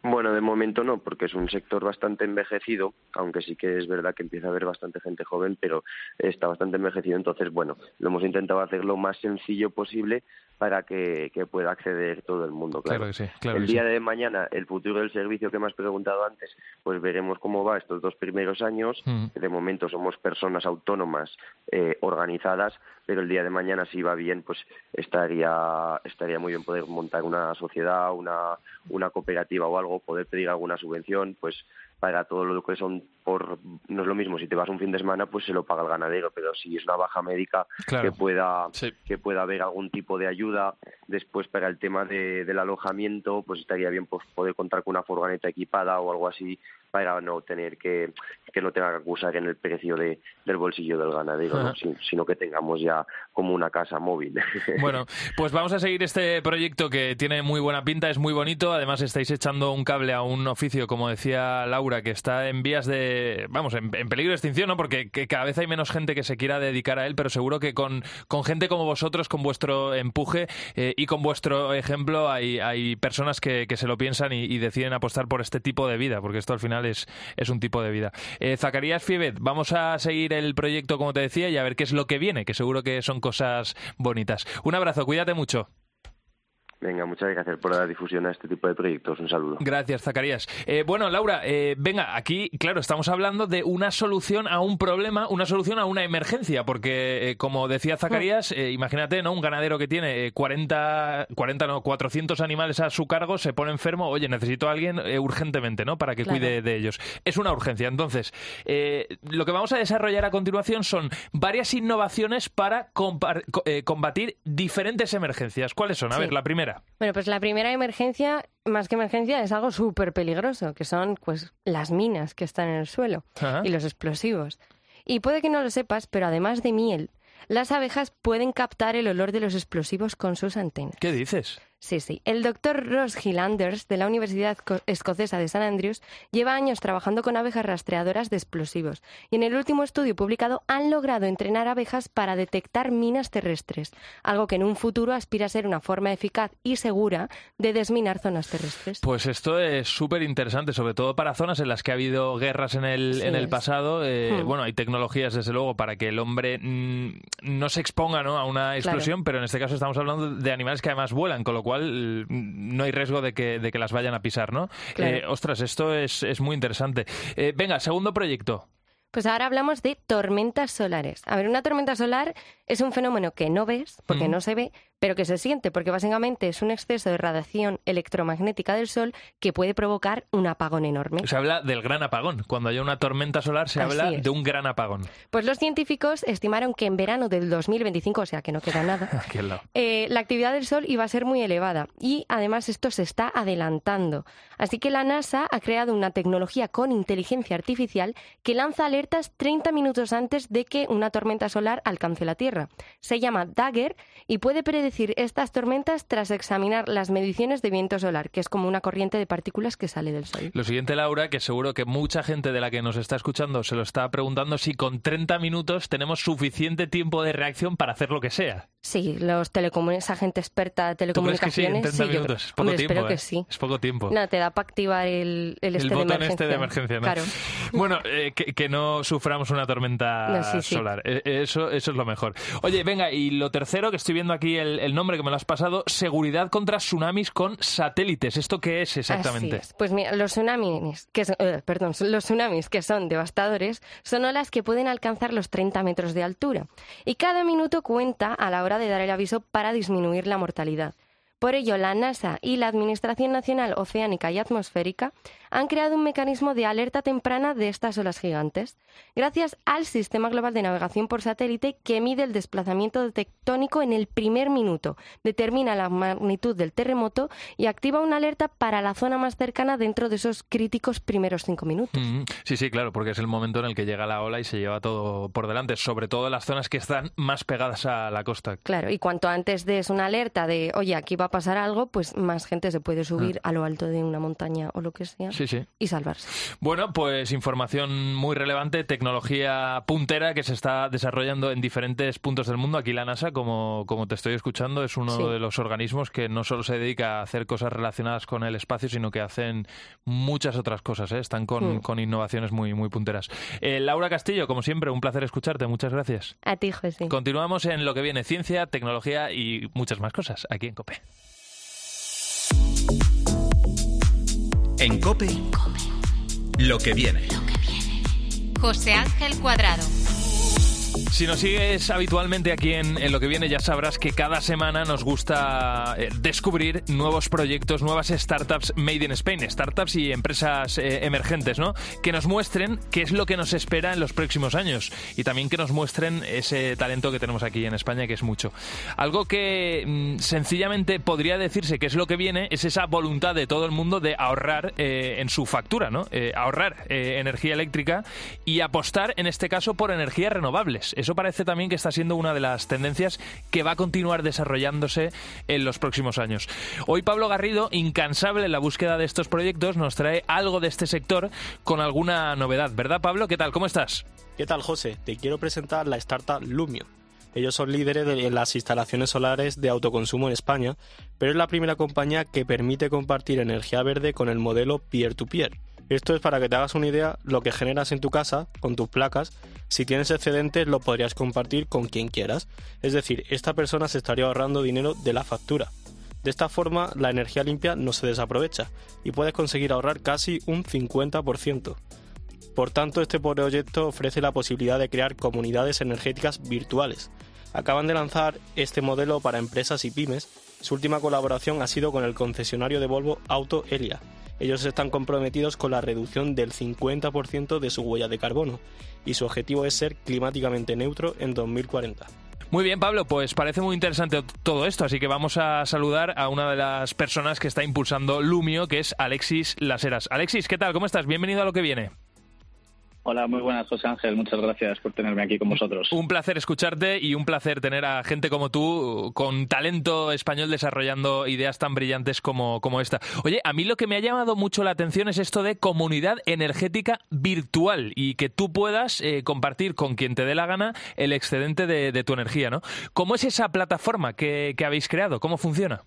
Bueno, de momento no, porque es un sector bastante envejecido, aunque sí que es verdad que empieza a haber bastante gente joven, pero está bastante envejecido. Entonces, bueno, lo hemos intentado hacer lo más sencillo posible para que pueda acceder todo el mundo. Claro que sí. El día de mañana, el futuro del servicio que me has preguntado antes, pues veremos cómo va estos 2 primeros años. De momento somos personas autónomas organizadas, pero el día de mañana, si va bien, pues estaría muy bien poder montar una sociedad, una cooperativa o algo, poder pedir alguna subvención, pues para todo lo que son no es lo mismo si te vas un fin de semana, pues se lo paga el ganadero, pero si es una baja médica, que pueda haber algún tipo de ayuda. Después, para el tema del alojamiento, pues estaría bien pues poder contar con una furgoneta equipada o algo así, para no tener que no tenga que acusar en el precio del bolsillo del ganadero, ¿no? Sino que tengamos ya como una casa móvil. Bueno, pues vamos a seguir este proyecto que tiene muy buena pinta, es muy bonito. Además, estáis echando un cable a un oficio, como decía Laura, que está en vías en peligro de extinción, ¿no? Porque cada vez hay menos gente que se quiera dedicar a él, pero seguro que con gente como vosotros, con vuestro empuje y con vuestro ejemplo, hay personas que se lo piensan y deciden apostar por este tipo de vida, porque esto al final es un tipo de vida. Zacarías Fiebet, vamos a seguir el proyecto, como te decía, y a ver qué es lo que viene, que seguro que son cosas bonitas. Un abrazo, cuídate mucho. Venga, muchas gracias por dar difusión a este tipo de proyectos. Un saludo. Gracias, Zacarías. Bueno, Laura, venga, aquí, claro, estamos hablando de una solución a un problema, una solución a una emergencia, porque, como decía Zacarías, imagínate, ¿no? Un ganadero que tiene 400 animales a su cargo, se pone enfermo, oye, necesito a alguien urgentemente, ¿no? Para que cuide de ellos. Es una urgencia. Entonces, lo que vamos a desarrollar a continuación son varias innovaciones para combatir diferentes emergencias. ¿Cuáles son? A ver, la primera. Bueno, pues la primera emergencia, más que emergencia, es algo súper peligroso, que son pues las minas que están en el suelo y los explosivos. Y puede que no lo sepas, pero además de miel, las abejas pueden captar el olor de los explosivos con sus antenas. ¿Qué dices? Sí. El doctor Ross Hill-Anders, de la Universidad Escocesa de St Andrews, lleva años trabajando con abejas rastreadoras de explosivos y en el último estudio publicado han logrado entrenar abejas para detectar minas terrestres, algo que en un futuro aspira a ser una forma eficaz y segura de desminar zonas terrestres. Pues esto es súper interesante, sobre todo para zonas en las que ha habido guerras en el pasado. Bueno, hay tecnologías, desde luego, para que el hombre no se exponga, ¿no?, a una explosión, pero en este caso estamos hablando de animales que además vuelan, con lo cual no hay riesgo de que las vayan a pisar, ¿no? Ostras, esto es muy interesante. Venga, segundo proyecto. Pues ahora hablamos de tormentas solares. A ver, una tormenta solar es un fenómeno que no ves, porque no se ve, pero que se siente, porque básicamente es un exceso de radiación electromagnética del Sol que puede provocar un apagón enorme. Se habla del gran apagón. Cuando haya una tormenta solar se habla de un gran apagón. Pues los científicos estimaron que en verano del 2025, o sea que no queda nada, aquí al lado, la actividad del Sol iba a ser muy elevada y además esto se está adelantando. Así que la NASA ha creado una tecnología con inteligencia artificial que lanza alertas 30 minutos antes de que una tormenta solar alcance la Tierra. Se llama Dagger y puede predecir estas tormentas tras examinar las mediciones de viento solar, que es como una corriente de partículas que sale del Sol. Lo siguiente, Laura, que seguro que mucha gente de la que nos está escuchando se lo está preguntando, si con 30 minutos tenemos suficiente tiempo de reacción para hacer lo que sea. Sí, esa gente experta de telecomunicaciones. ¿Tú crees que sí, en 30 minutos? Es poco tiempo, espero que sí. Es poco tiempo. No, te da para activar el botón de emergencia, ¿no? Claro. Bueno, que no suframos una tormenta solar. Eso es lo mejor. Oye, venga, y lo tercero, que estoy viendo aquí el nombre que me lo has pasado, seguridad contra tsunamis con satélites. ¿Esto qué es exactamente? Así es. Pues mira, los tsunamis que son devastadores son olas que pueden alcanzar los 30 metros de altura. Y cada minuto cuenta a la hora de dar el aviso para disminuir la mortalidad. Por ello, la NASA y la Administración Nacional Oceánica y Atmosférica han creado un mecanismo de alerta temprana de estas olas gigantes, gracias al Sistema Global de Navegación por Satélite que mide el desplazamiento tectónico en el primer minuto, determina la magnitud del terremoto y activa una alerta para la zona más cercana dentro de esos críticos primeros 5 minutos. Sí, claro, porque es el momento en el que llega la ola y se lleva todo por delante, sobre todo en las zonas que están más pegadas a la costa. Claro, y cuanto antes des una alerta de, oye, aquí va a pasar algo, pues más gente se puede subir a lo alto de una montaña o lo que sea y salvarse. Bueno, pues información muy relevante, tecnología puntera que se está desarrollando en diferentes puntos del mundo. Aquí la NASA, como te estoy escuchando, es uno de los organismos que no solo se dedica a hacer cosas relacionadas con el espacio, sino que hacen muchas otras cosas, ¿eh? Están con innovaciones muy, muy punteras. Laura Castillo, como siempre, un placer escucharte. Muchas gracias. A ti, José. Continuamos en lo que viene, ciencia, tecnología y muchas más cosas, aquí en COPE. En COPE, lo que viene. José Ángel Cuadrado. Si nos sigues habitualmente aquí en lo que viene, ya sabrás que cada semana nos gusta descubrir nuevos proyectos, nuevas startups made in Spain, startups y empresas emergentes, ¿no? Que nos muestren qué es lo que nos espera en los próximos años y también que nos muestren ese talento que tenemos aquí en España, que es mucho. Algo que sencillamente podría decirse que es lo que viene es esa voluntad de todo el mundo de ahorrar en su factura, ¿no? Ahorrar energía eléctrica y apostar, en este caso, por energías renovables. Eso parece también que está siendo una de las tendencias que va a continuar desarrollándose en los próximos años. Hoy Pablo Garrido, incansable en la búsqueda de estos proyectos, nos trae algo de este sector con alguna novedad. ¿Verdad, Pablo? ¿Qué tal? ¿Cómo estás? ¿Qué tal, José? Te quiero presentar la startup Lumio. Ellos son líderes en las instalaciones solares de autoconsumo en España, pero es la primera compañía que permite compartir energía verde con el modelo peer-to-peer. Esto es para que te hagas una idea lo que generas en tu casa con tus placas. Si tienes excedentes lo podrías compartir con quien quieras. Es decir, esta persona se estaría ahorrando dinero de la factura. De esta forma la energía limpia no se desaprovecha y puedes conseguir ahorrar casi un 50%. Por tanto, este proyecto ofrece la posibilidad de crear comunidades energéticas virtuales. Acaban de lanzar este modelo para empresas y pymes. Su última colaboración ha sido con el concesionario de Volvo Auto Elia. Ellos están comprometidos con la reducción del 50% de su huella de carbono y su objetivo es ser climáticamente neutro en 2040. Muy bien, Pablo, pues parece muy interesante todo esto, así que vamos a saludar a una de las personas que está impulsando Lumio, que es Alexis Las Heras. Alexis, ¿qué tal? ¿Cómo estás? Bienvenido a lo que viene. Hola, muy buenas, José Ángel. Muchas gracias por tenerme aquí con vosotros. Un placer escucharte y un placer tener a gente como tú, con talento español, desarrollando ideas tan brillantes como esta. Oye, a mí lo que me ha llamado mucho la atención es esto de comunidad energética virtual y que tú puedas compartir con quien te dé la gana el excedente de tu energía, ¿no? ¿Cómo es esa plataforma que habéis creado? ¿Cómo funciona?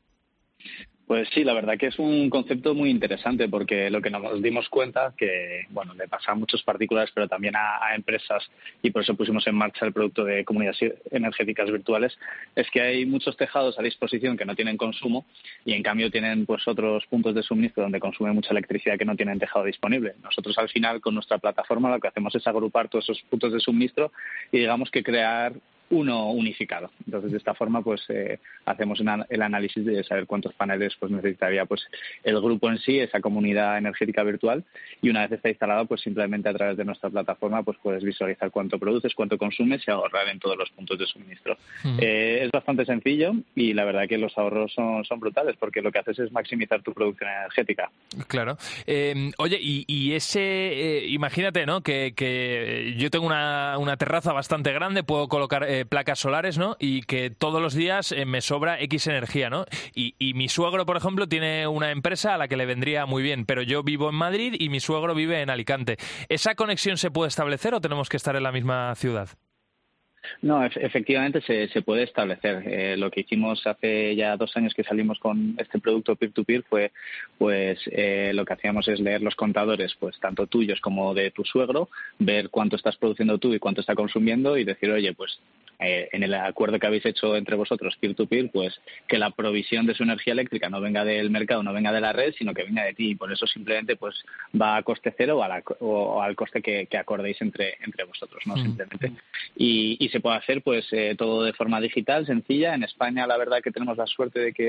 Pues sí, la verdad que es un concepto muy interesante porque lo que nos dimos cuenta que, bueno, le pasa a muchos particulares pero también a empresas y por eso pusimos en marcha el producto de comunidades energéticas virtuales, es que hay muchos tejados a disposición que no tienen consumo y en cambio tienen pues otros puntos de suministro donde consumen mucha electricidad que no tienen tejado disponible. Nosotros al final con nuestra plataforma lo que hacemos es agrupar todos esos puntos de suministro y digamos que crear uno unificado. Entonces, de esta forma, pues hacemos el análisis de saber cuántos paneles pues necesitaría pues el grupo en sí, esa comunidad energética virtual, y una vez está instalado, pues simplemente a través de nuestra plataforma pues puedes visualizar cuánto produces, cuánto consumes y ahorrar en todos los puntos de suministro. Es bastante sencillo y la verdad que los ahorros son brutales porque lo que haces es maximizar tu producción energética. Claro. Oye, y ese, imagínate, ¿no? Que yo tengo una terraza bastante grande, puedo colocar placas solares, ¿no? Y que todos los días me sobra X energía, ¿no? Y mi suegro, por ejemplo, tiene una empresa a la que le vendría muy bien, pero yo vivo en Madrid y mi suegro vive en Alicante. ¿Esa conexión se puede establecer o tenemos que estar en la misma ciudad? No, efectivamente se puede establecer. Lo que hicimos hace ya 2 años que salimos con este producto peer-to-peer fue, pues, lo que hacíamos es leer los contadores, pues, tanto tuyos como de tu suegro, ver cuánto estás produciendo tú y cuánto está consumiendo y decir, oye, pues, en el acuerdo que habéis hecho entre vosotros, peer-to-peer, pues, que la provisión de su energía eléctrica no venga del mercado, no venga de la red, sino que venga de ti. Y por eso simplemente, pues, va a coste cero o al coste que acordéis entre vosotros, ¿no? Simplemente. Y se puede hacer, pues, todo de forma digital, sencilla. En España, la verdad que tenemos la suerte de que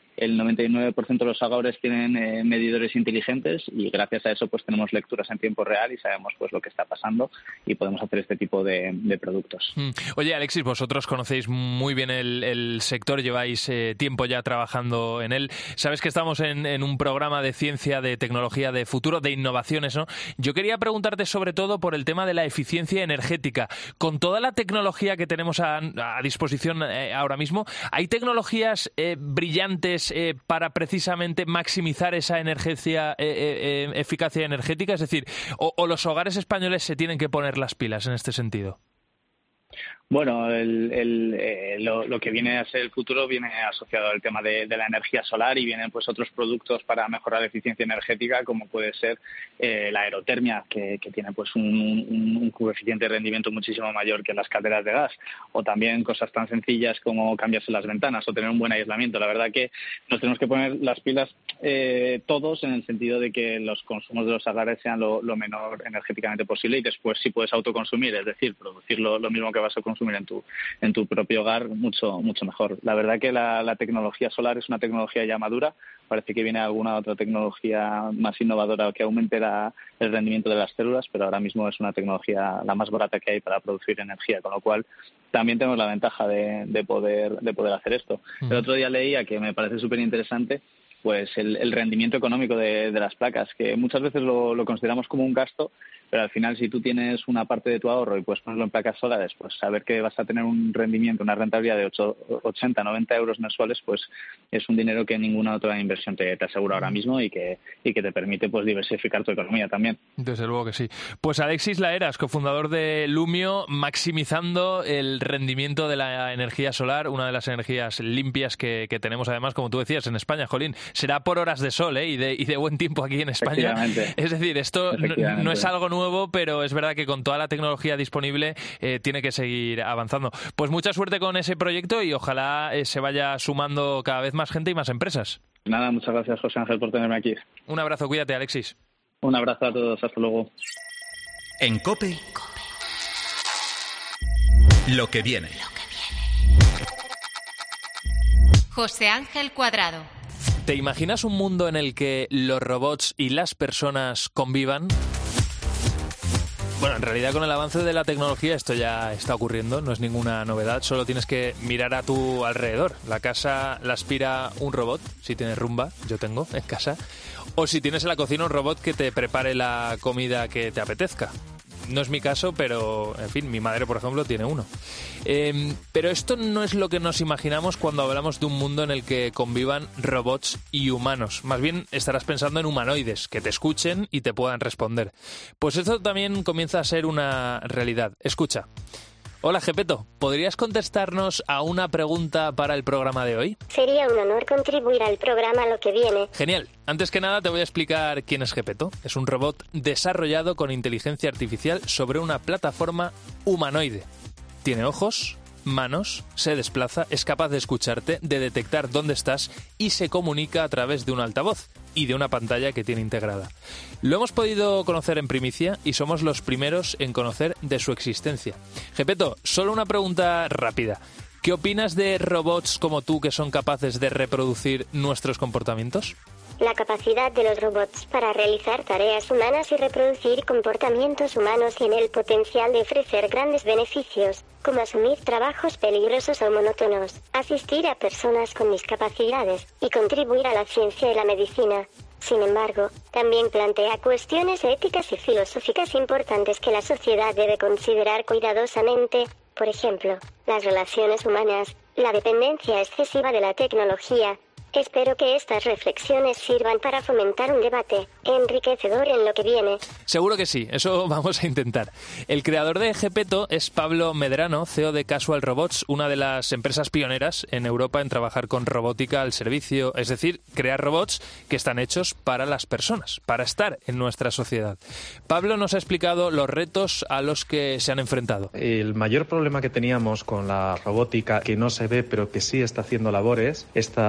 el 99% de los hogares tienen medidores inteligentes y gracias a eso pues tenemos lecturas en tiempo real y sabemos pues lo que está pasando y podemos hacer este tipo de productos. Oye, Alexis, vosotros conocéis muy bien el sector, lleváis tiempo ya trabajando en él. Sabes que estamos en un programa de ciencia, de tecnología, de futuro, de innovaciones, ¿no? Yo quería preguntarte sobre todo por el tema de la eficiencia energética. Con toda la tecnología que tenemos a disposición ahora mismo, ¿hay tecnologías brillantes para precisamente maximizar esa eficacia energética? Es decir, o los hogares españoles se tienen que poner las pilas en este sentido. Bueno, lo que viene a ser el futuro viene asociado al tema de la energía solar y vienen pues otros productos para mejorar la eficiencia energética, como puede ser la aerotermia, que tiene pues un coeficiente de rendimiento muchísimo mayor que las calderas de gas, o también cosas tan sencillas como cambiarse las ventanas o tener un buen aislamiento. La verdad que nos tenemos que poner las pilas todos, en el sentido de que los consumos de los hogares sean lo menor energéticamente posible, y después si puedes autoconsumir, es decir, producir lo mismo que vas a consumir en tu propio hogar, mucho mejor. La verdad que la tecnología solar es una tecnología ya madura. Parece que viene alguna otra tecnología más innovadora que aumente el rendimiento de las células, pero ahora mismo es una tecnología la más barata que hay para producir energía, con lo cual también tenemos la ventaja de poder hacer esto. El otro día leía, que me parece súper interesante, pues el rendimiento económico de las placas, que muchas veces lo consideramos como un gasto, pero al final si tú tienes una parte de tu ahorro y puedes ponerlo en placas solares, pues saber que vas a tener un rendimiento, una rentabilidad de 80, 90 euros mensuales, pues es un dinero que ninguna otra inversión te asegura ahora mismo y que te permite pues diversificar tu economía también. Desde luego que sí. Pues Alexis Laheras, cofundador de Lumio, maximizando el rendimiento de la energía solar, una de las energías limpias que tenemos además, como tú decías, en España, Jolín. Será por horas de sol y de buen tiempo aquí en España. Es decir, esto no es algo nuevo, pero es verdad que con toda la tecnología disponible tiene que seguir avanzando. Pues mucha suerte con ese proyecto y ojalá se vaya sumando cada vez más gente y más empresas. Nada, muchas gracias, José Ángel, por tenerme aquí. Un abrazo, cuídate, Alexis. Un abrazo a todos, hasta luego. En COPE, lo que viene. José Ángel Cuadrado. ¿Te imaginas un mundo en el que los robots y las personas convivan? Bueno, en realidad con el avance de la tecnología esto ya está ocurriendo, no es ninguna novedad, solo tienes que mirar a tu alrededor. La casa la aspira un robot, si tienes Rumba, yo tengo en casa, o si tienes en la cocina un robot que te prepare la comida que te apetezca. No es mi caso, pero, en fin, mi madre, por ejemplo, tiene uno. Pero esto no es lo que nos imaginamos cuando hablamos de un mundo en el que convivan robots y humanos. Más bien estarás pensando en humanoides, que te escuchen y te puedan responder. Pues esto también comienza a ser una realidad. Escucha. Hola, Gepetto, ¿podrías contestarnos a una pregunta para el programa de hoy? Sería un honor contribuir al programa Lo que viene. Genial. Antes que nada te voy a explicar quién es Gepetto. Es un robot desarrollado con inteligencia artificial sobre una plataforma humanoide. Tiene ojos, manos, se desplaza, es capaz de escucharte, de detectar dónde estás y se comunica a través de un altavoz y de una pantalla que tiene integrada. Lo hemos podido conocer en primicia y somos los primeros en conocer de su existencia. Gepetto, solo una pregunta rápida. ¿Qué opinas de robots como tú que son capaces de reproducir nuestros comportamientos? La capacidad de los robots para realizar tareas humanas y reproducir comportamientos humanos tiene el potencial de ofrecer grandes beneficios, como asumir trabajos peligrosos o monótonos, asistir a personas con discapacidades y contribuir a la ciencia y la medicina. Sin embargo, también plantea cuestiones éticas y filosóficas importantes que la sociedad debe considerar cuidadosamente. Por ejemplo, las relaciones humanas, la dependencia excesiva de la tecnología. Espero que estas reflexiones sirvan para fomentar un debate enriquecedor en lo que viene. Seguro que sí, eso vamos a intentar. El creador de Gepetto es Pablo Medrano, CEO de Casual Robots, una de las empresas pioneras en Europa en trabajar con robótica al servicio, es decir, crear robots que están hechos para las personas, para estar en nuestra sociedad. Pablo nos ha explicado los retos a los que se han enfrentado. El mayor problema que teníamos con la robótica, que no se ve pero que sí está haciendo labores, esta maldita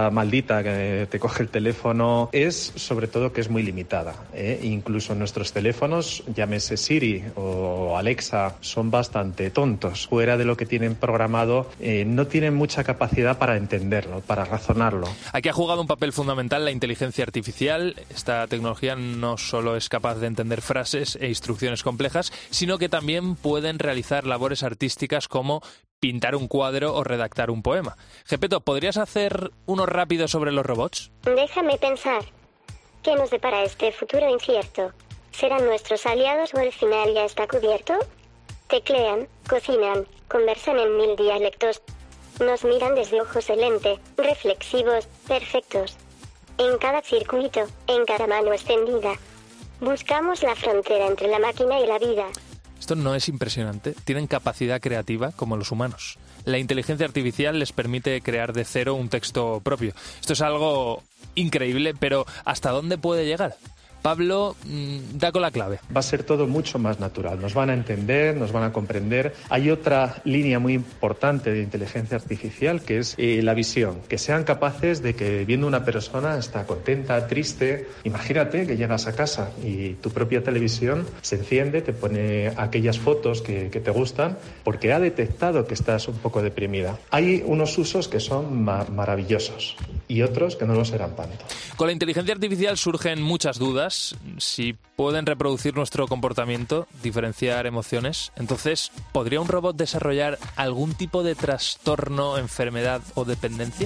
bonita, que te coge el teléfono, es sobre todo que es muy limitada, ¿eh? Incluso nuestros teléfonos, llámese Siri o Alexa, son bastante tontos. Fuera de lo que tienen programado, no tienen mucha capacidad para entenderlo, para razonarlo. Aquí ha jugado un papel fundamental la inteligencia artificial. Esta tecnología no solo es capaz de entender frases e instrucciones complejas, sino que también pueden realizar labores artísticas como pintar un cuadro o redactar un poema. Gepetto, ¿podrías hacer uno rápido sobre los robots? Déjame pensar. ¿Qué nos depara este futuro incierto? ¿Serán nuestros aliados o el final ya está cubierto? Teclean, cocinan, conversan en 1000 dialectos. Nos miran desde ojos de lente, reflexivos, perfectos. En cada circuito, en cada mano extendida. Buscamos la frontera entre la máquina y la vida. ¿Esto no es impresionante? Tienen capacidad creativa como los humanos. La inteligencia artificial les permite crear de cero un texto propio. Esto es algo increíble, pero ¿hasta dónde puede llegar? Pablo, da con la clave. Va a ser todo mucho más natural. Nos van a entender, nos van a comprender. Hay otra línea muy importante de inteligencia artificial que es la visión. Que sean capaces de que viendo una persona está contenta, triste. Imagínate que llegas a casa y tu propia televisión se enciende, te pone aquellas fotos que te gustan porque ha detectado que estás un poco deprimida. Hay unos usos que son maravillosos y otros que no lo serán tanto. Con la inteligencia artificial surgen muchas dudas. Si pueden reproducir nuestro comportamiento, diferenciar emociones, entonces, ¿podría un robot desarrollar algún tipo de trastorno, enfermedad o dependencia?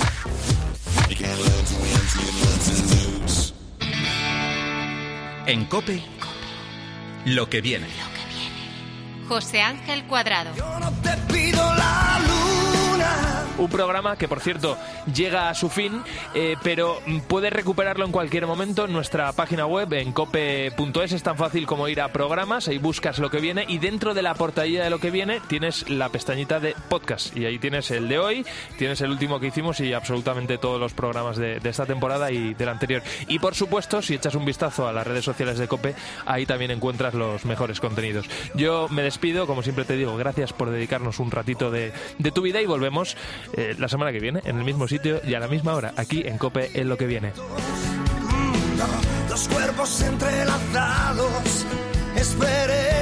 En COPE, lo que viene. José Ángel Cuadrado. Yo no te pido la luna. Un programa que, por cierto, llega a su fin, pero puedes recuperarlo en cualquier momento en nuestra página web, en cope.es. Es tan fácil como ir a programas, ahí buscas lo que viene y dentro de la portadilla de lo que viene tienes la pestañita de podcast. Y ahí tienes el de hoy, tienes el último que hicimos y absolutamente todos los programas de esta temporada y del anterior. Y, por supuesto, si echas un vistazo a las redes sociales de COPE, ahí también encuentras los mejores contenidos. Yo me despido, como siempre te digo, gracias por dedicarnos un ratito de tu vida y volvemos la semana que viene, en el mismo sitio y a la misma hora, aquí en COPE en lo que viene. Dos cuerpos entrelazados, esperé.